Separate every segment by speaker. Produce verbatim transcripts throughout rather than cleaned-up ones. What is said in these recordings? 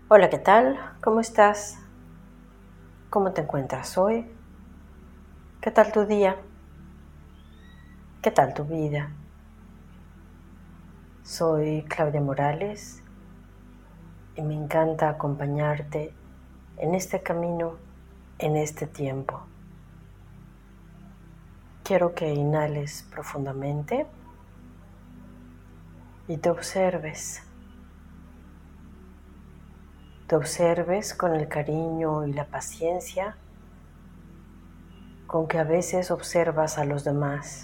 Speaker 1: Hola, ¿qué tal? ¿Cómo estás? ¿Cómo te encuentras hoy? ¿Qué tal tu día? ¿Qué tal tu vida? Soy Claudia Morales y me encanta acompañarte en este camino, en este tiempo. Quiero que inhales profundamente y te observes. Te observes con el cariño y la paciencia con que a veces observas a los demás.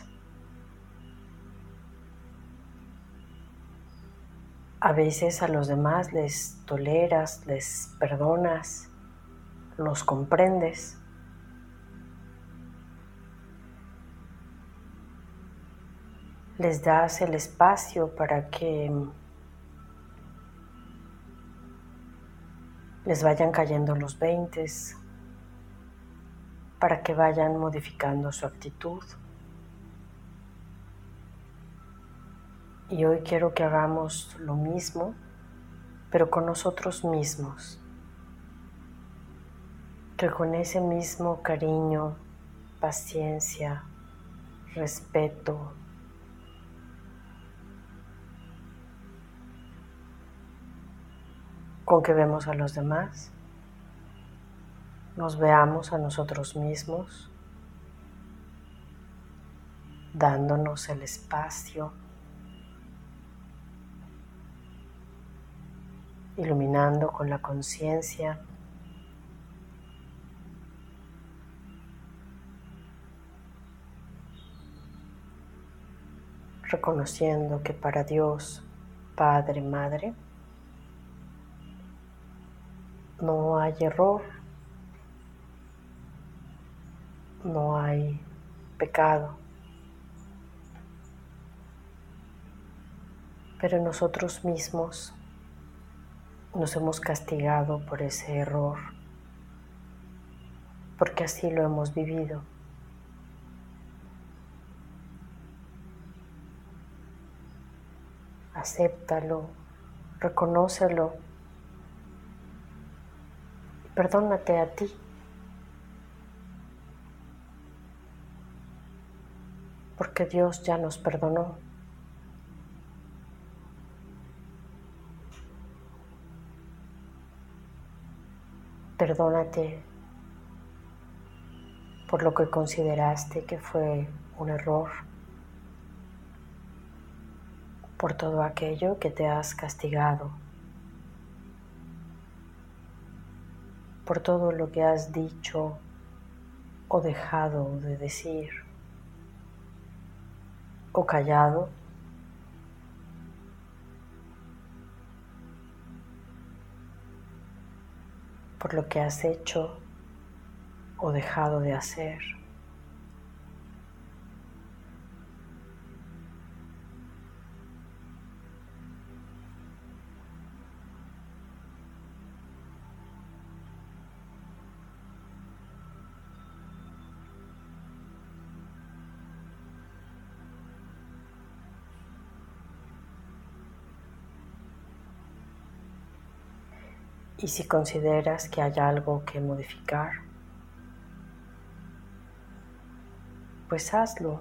Speaker 1: A veces a los demás les toleras, les perdonas, los comprendes. Les das el espacio para que les vayan cayendo los veintes, para que vayan modificando su actitud. Y hoy quiero que hagamos lo mismo, pero con nosotros mismos. Que con ese mismo cariño, paciencia, respeto, con que vemos a los demás, nos veamos a nosotros mismos, dándonos el espacio, iluminando con la conciencia, reconociendo que para Dios, Padre, Madre, no hay error, no hay pecado, pero nosotros mismos nos hemos castigado por ese error, porque así lo hemos vivido. Acéptalo, reconócelo y perdónate a ti, porque Dios ya nos perdonó. Perdónate por lo que consideraste que fue un error, por todo aquello que te has castigado, por todo lo que has dicho o dejado de decir, o callado, por lo que has hecho o dejado de hacer. Y si consideras que hay algo que modificar, pues hazlo.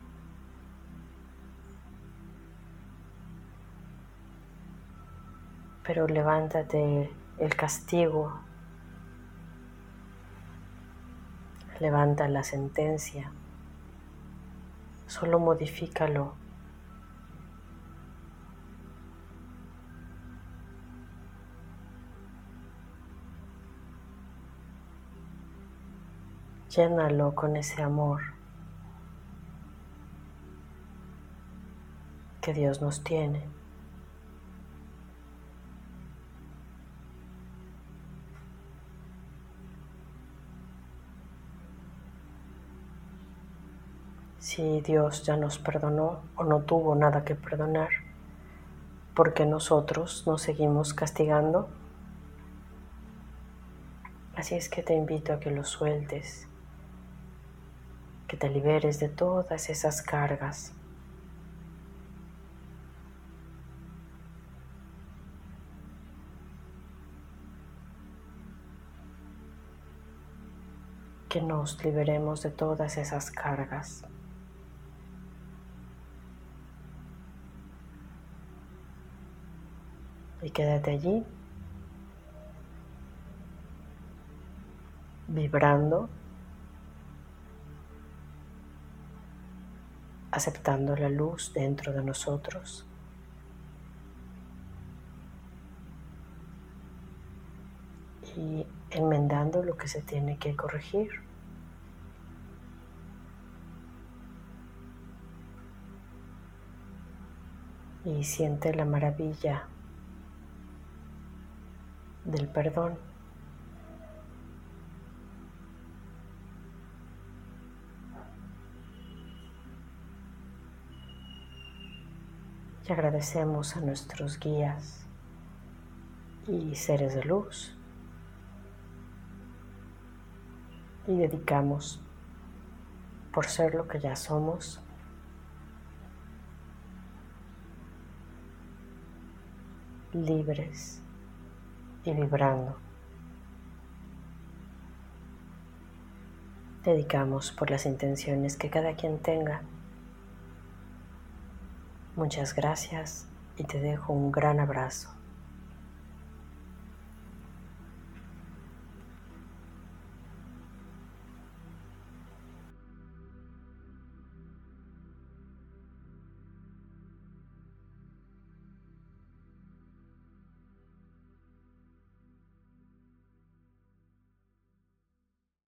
Speaker 1: Pero levántate el castigo, levanta la sentencia, solo modifícalo. Llénalo con ese amor que Dios nos tiene. Si Dios ya nos perdonó o no tuvo nada que perdonar, ¿por qué nosotros nos seguimos castigando? Así es que te invito a que lo sueltes, que te liberes de todas esas cargas. que nos liberemos de todas esas cargas. Y quédate allí, vibrando, aceptando la luz dentro de nosotros. Y enmendando lo que se tiene que corregir. Y siente la maravilla del perdón. Y agradecemos a nuestros guías y seres de luz. Y dedicamos por ser lo que ya somos, libres y vibrando. Dedicamos por las intenciones que cada quien tenga. Muchas gracias y te dejo un gran abrazo.